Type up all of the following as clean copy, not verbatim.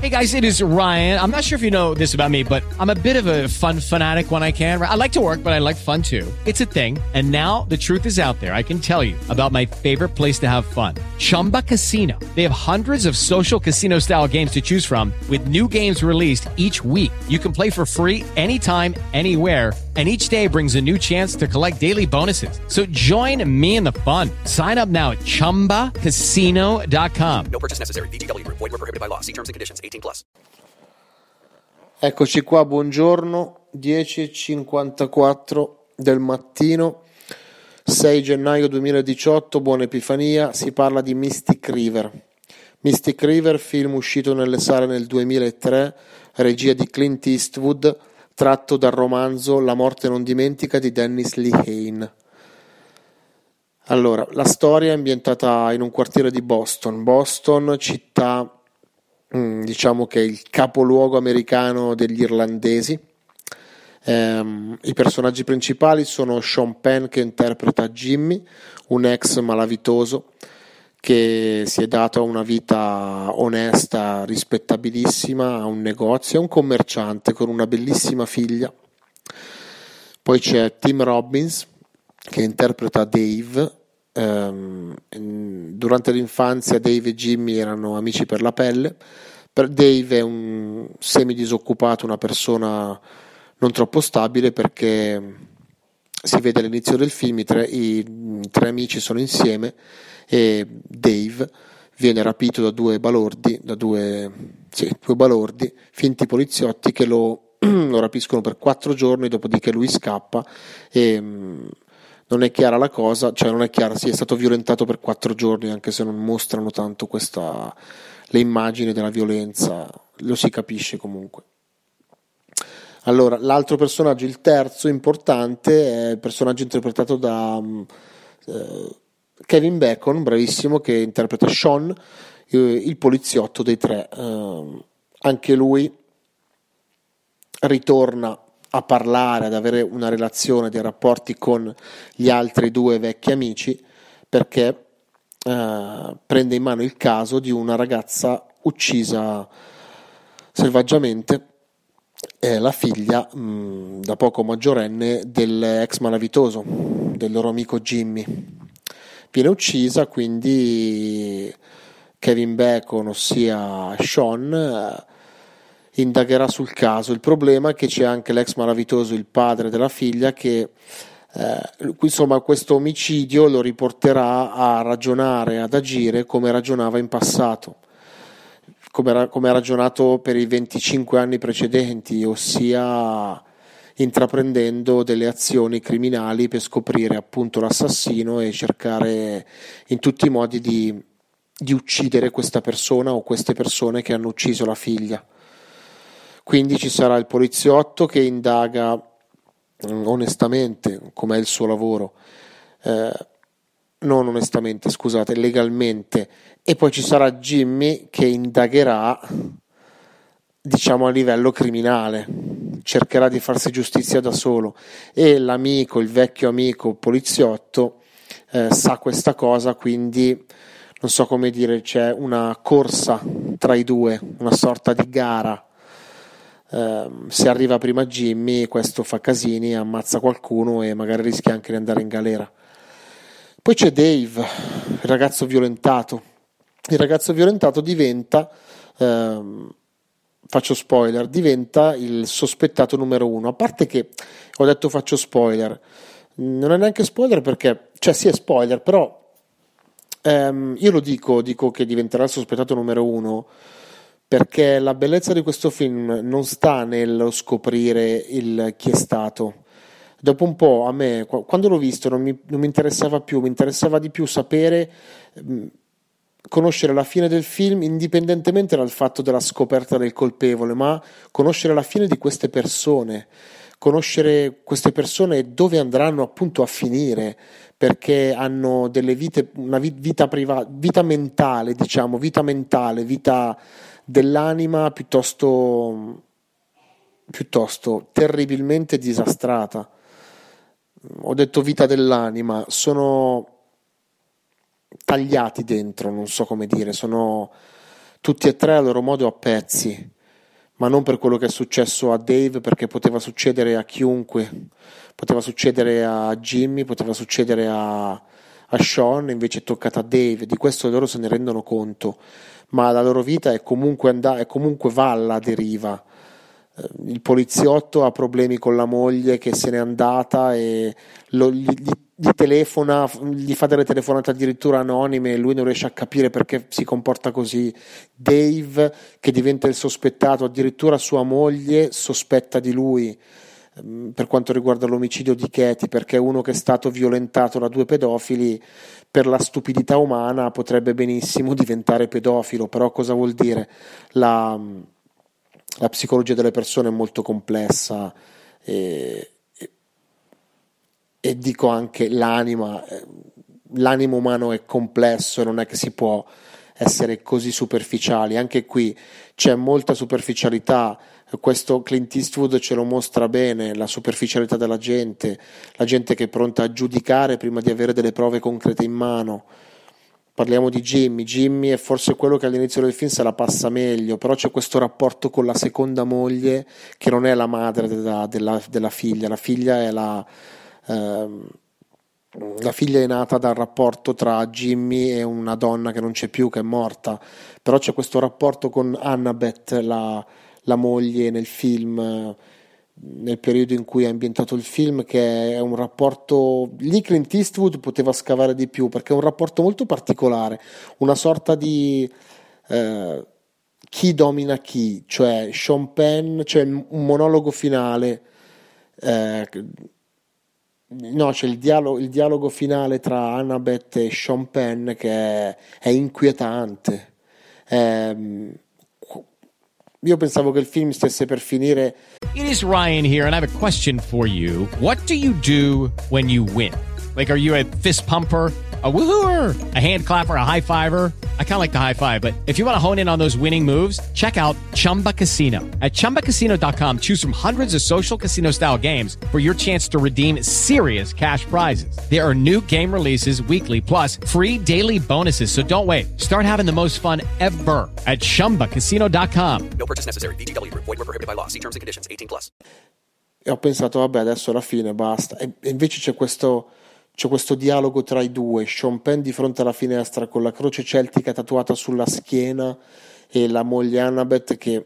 Hey guys, it is Ryan. I'm not sure if you know this about me, but I'm a bit of a fun fanatic when I can. I like to work, but I like fun too. It's a thing. And now the truth is out there. I can tell you about my favorite place to have fun. Chumba Casino. They have hundreds of social casino style games to choose from with new games released each week. You can play for free anytime, anywhere. And each day brings a new chance to collect daily bonuses. So join me in the fun. Sign up now at ChumbaCasino.com. No purchase necessary. VGW Group. Void where prohibited by law. See terms and conditions. 18+. Eccoci qua, buongiorno, 10:54 del mattino, 6 gennaio 2018, buona Epifania, si parla di Mystic River. Mystic River, film uscito nelle sale nel 2003, regia di Clint Eastwood, tratto dal romanzo La morte non dimentica di Dennis Lehane. Allora, la storia è ambientata in un quartiere di Boston, città diciamo che è il capoluogo americano degli irlandesi. I personaggi principali sono Sean Penn, che interpreta Jimmy, un ex malavitoso che si è dato a una vita onesta, rispettabilissima, a un negozio, è un commerciante con una bellissima figlia. Poi c'è Tim Robbins, che interpreta Dave. Durante l'infanzia Dave e Jimmy erano amici per la pelle. Dave è un semidisoccupato, una persona non troppo stabile, perché si vede all'inizio del film i tre amici sono insieme e Dave viene rapito da due balordi, due balordi, finti poliziotti, che lo rapiscono per 4 giorni, dopodiché lui scappa e non è chiara la cosa, cioè non è chiara, sì, è stato violentato per 4 giorni, anche se non mostrano tanto le immagini della violenza, lo si capisce comunque. Allora, l'altro personaggio, il terzo importante, è il personaggio interpretato da Kevin Bacon, bravissimo, che interpreta Sean, il poliziotto dei tre. Anche lui ritorna a parlare, ad avere una relazione, dei rapporti con gli altri 2 vecchi amici, perché prende in mano il caso di una ragazza uccisa selvaggiamente, la figlia da poco maggiorenne dell'ex malavitoso, del loro amico Jimmy. Viene uccisa, quindi Kevin Bacon, ossia Sean, indagherà sul caso. Il problema è che c'è anche l'ex malavitoso, il padre della figlia, che insomma questo omicidio lo riporterà a ragionare, ad agire come ragionava in passato, come ha ragionato per i 25 anni precedenti, ossia intraprendendo delle azioni criminali per scoprire appunto l'assassino e cercare in tutti i modi di uccidere questa persona o queste persone che hanno ucciso la figlia. Quindi ci sarà il poliziotto che indaga onestamente, come è il suo lavoro, non onestamente, scusate, legalmente, e poi ci sarà Jimmy che indagherà, diciamo, a livello criminale, cercherà di farsi giustizia da solo, e l'amico, il vecchio amico poliziotto, sa questa cosa, quindi non so come dire, c'è una corsa tra i due, una sorta di gara. Se arriva prima Jimmy, questo fa casini, ammazza qualcuno e magari rischia anche di andare in galera. Poi c'è Dave, il ragazzo violentato. Il ragazzo violentato diventa, faccio spoiler, diventa il sospettato numero 1. A parte che ho detto faccio spoiler, non è neanche spoiler, perché, cioè sì è spoiler, però io lo dico che diventerà il sospettato numero 1, perché la bellezza di questo film non sta nello scoprire chi è stato. Dopo un po', a me, quando l'ho visto, non mi interessava più, mi interessava di più sapere, conoscere la fine del film, indipendentemente dal fatto della scoperta del colpevole, ma conoscere la fine di queste persone, conoscere queste persone dove andranno appunto a finire, perché hanno delle vite, una vita privata, vita mentale, diciamo, vita dell'anima piuttosto terribilmente disastrata. Ho detto vita dell'anima, sono tagliati dentro, non so come dire, tutti e tre a loro modo a pezzi, ma non per quello che è successo a Dave, perché poteva succedere a chiunque, poteva succedere a Jimmy, poteva succedere a Sean, invece è toccata a Dave, di questo loro se ne rendono conto, ma la loro vita è comunque va alla deriva. Il poliziotto ha problemi con la moglie che se n'è andata e gli telefona, gli fa delle telefonate addirittura anonime e lui non riesce a capire perché si comporta così. Dave, che diventa il sospettato, addirittura sua moglie sospetta di lui per quanto riguarda l'omicidio di Katie, perché uno che è stato violentato da due pedofili per la stupidità umana potrebbe benissimo diventare pedofilo, però cosa vuol dire? La psicologia delle persone è molto complessa e dico anche l'animo umano è complesso e non è che si può essere così superficiali. Anche qui c'è molta superficialità, questo Clint Eastwood ce lo mostra bene, la superficialità della gente, la gente che è pronta a giudicare prima di avere delle prove concrete in mano. Parliamo di Jimmy è forse quello che all'inizio del film se la passa meglio, però c'è questo rapporto con la seconda moglie che non è la madre della figlia, la figlia è la figlia è nata dal rapporto tra Jimmy e una donna che non c'è più, che è morta, però c'è questo rapporto con Annabeth, la moglie nel film, nel periodo in cui è ambientato il film, che è un rapporto, lì Clint Eastwood poteva scavare di più perché è un rapporto molto particolare, una sorta di chi domina chi, cioè Sean Penn, c'è un monologo finale, c'è il dialogo finale tra Annabeth e Sean Penn che è inquietante. Io pensavo che il film stesse per finire. It is Ryan here, and I have a question for you. What do you do when you win? Like, are you a fist pumper, a woohooer, a hand clapper, a high fiver? I kind of like the high five, but if you want to hone in on those winning moves, check out Chumba Casino. At ChumbaCasino.com, choose from hundreds of social casino-style games for your chance to redeem serious cash prizes. There are new game releases weekly, plus free daily bonuses, so don't wait. Start having the most fun ever at ChumbaCasino.com. No purchase necessary. VGW Group. Void where prohibited by law. See terms and conditions. 18+. E ho pensato, vabbè, adesso alla fine basta. E invece c'è questo dialogo tra i due, Sean Penn di fronte alla finestra con la croce celtica tatuata sulla schiena e la moglie Annabeth che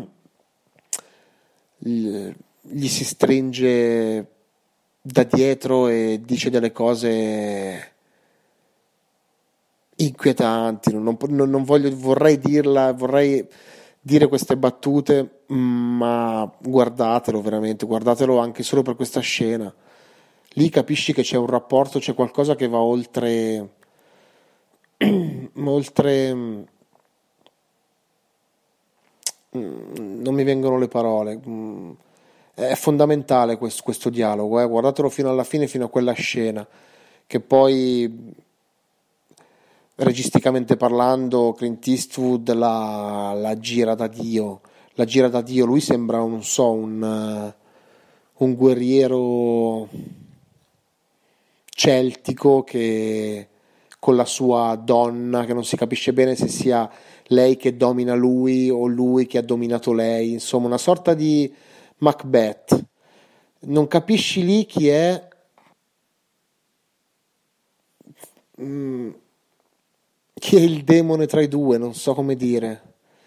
gli si stringe da dietro e dice delle cose inquietanti. Non vorrei dire queste battute, ma guardatelo anche solo per questa scena. Lì capisci che c'è un rapporto, c'è qualcosa che va oltre non mi vengono le parole. È fondamentale questo dialogo, guardatelo fino alla fine, fino a quella scena che poi, registicamente parlando, Clint Eastwood la gira da Dio. Lui sembra un guerriero celtico che con la sua donna, che non si capisce bene se sia lei che domina lui o lui che ha dominato lei, insomma una sorta di Macbeth. Non capisci lì chi è il demone tra i due, non so come dire.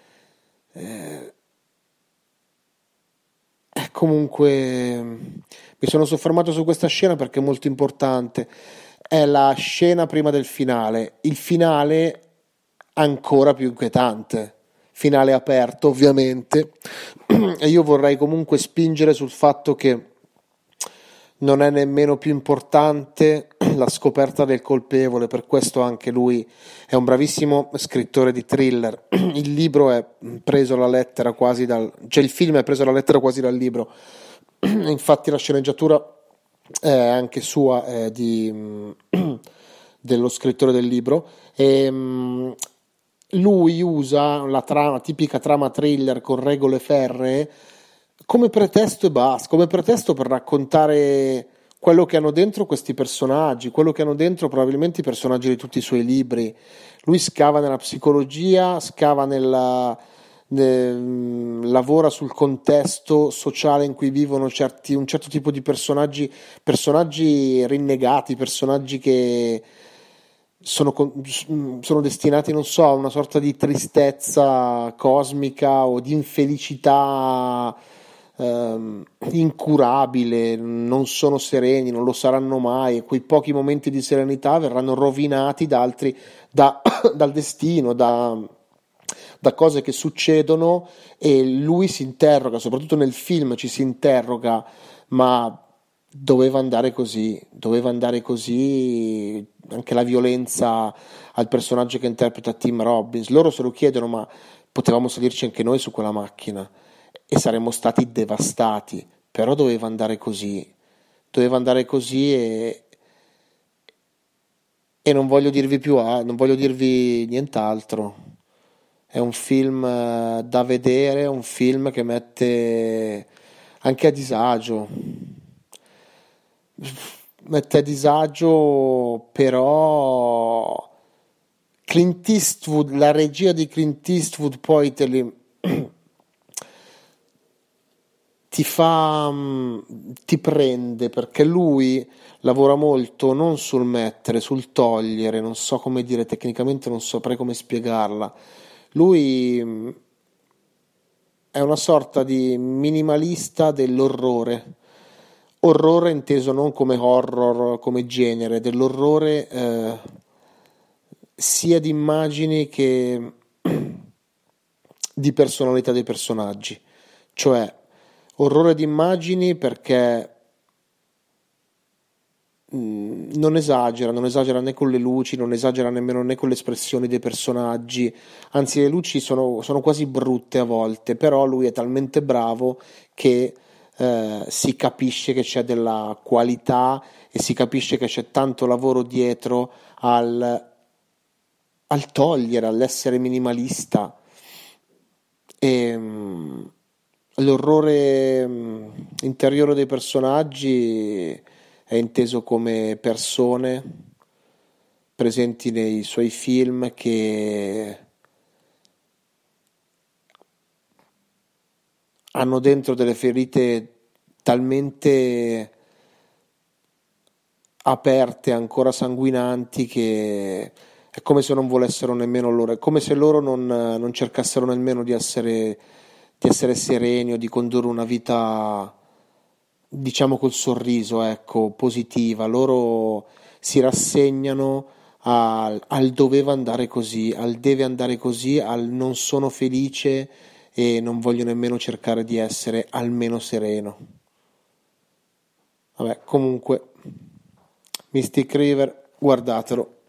Comunque mi sono soffermato su questa scena perché è molto importante. È la scena prima del finale, il finale ancora più inquietante, finale aperto ovviamente, e io vorrei comunque spingere sul fatto che non è nemmeno più importante la scoperta del colpevole, per questo anche lui è un bravissimo scrittore di thriller. Il libro è preso alla lettera quasi il film è preso alla lettera quasi dal libro, infatti la sceneggiatura è anche sua, dello scrittore del libro, e lui usa la tipica trama thriller con regole ferree come pretesto e basta, come pretesto per raccontare quello che hanno dentro questi personaggi, quello che hanno dentro probabilmente i personaggi di tutti i suoi libri, lui scava nella psicologia, lavora sul contesto sociale in cui vivono un certo tipo di personaggi rinnegati, personaggi che sono destinati, non so, a una sorta di tristezza cosmica o di infelicità incurabile, non sono sereni, non lo saranno mai, e quei pochi momenti di serenità verranno rovinati dal destino, da cose che succedono, e lui si interroga, soprattutto nel film ci si interroga, ma doveva andare così, anche la violenza al personaggio che interpreta Tim Robbins, loro se lo chiedono, ma potevamo salirci anche noi su quella macchina e saremmo stati devastati, però doveva andare così, e non voglio dirvi non voglio dirvi nient'altro. È un film da vedere, è un film che mette anche a disagio. Però Clint Eastwood, la regia di Clint Eastwood poi ti prende, perché lui lavora molto non sul mettere, sul togliere, non so come dire tecnicamente, non saprei come spiegarla. Lui è una sorta di minimalista dell'orrore, orrore inteso non come horror, come genere, dell'orrore sia di immagini che di personalità dei personaggi, cioè orrore di immagini perché non esagera né con le luci, non esagera nemmeno né con le espressioni dei personaggi, anzi le luci sono quasi brutte a volte, però lui è talmente bravo che si capisce che c'è della qualità e si capisce che c'è tanto lavoro dietro al togliere, all'essere minimalista. E l'orrore interiore dei personaggi è inteso come persone presenti nei suoi film che hanno dentro delle ferite talmente aperte, ancora sanguinanti, che è come se non volessero nemmeno loro, è come se loro non cercassero nemmeno di essere sereni o di condurre una vita, diciamo, col sorriso, ecco, positiva. Loro si rassegnano al doveva andare così, al deve andare così, al non sono felice e non voglio nemmeno cercare di essere almeno sereno. Vabbè, comunque, Mystic River, guardatelo.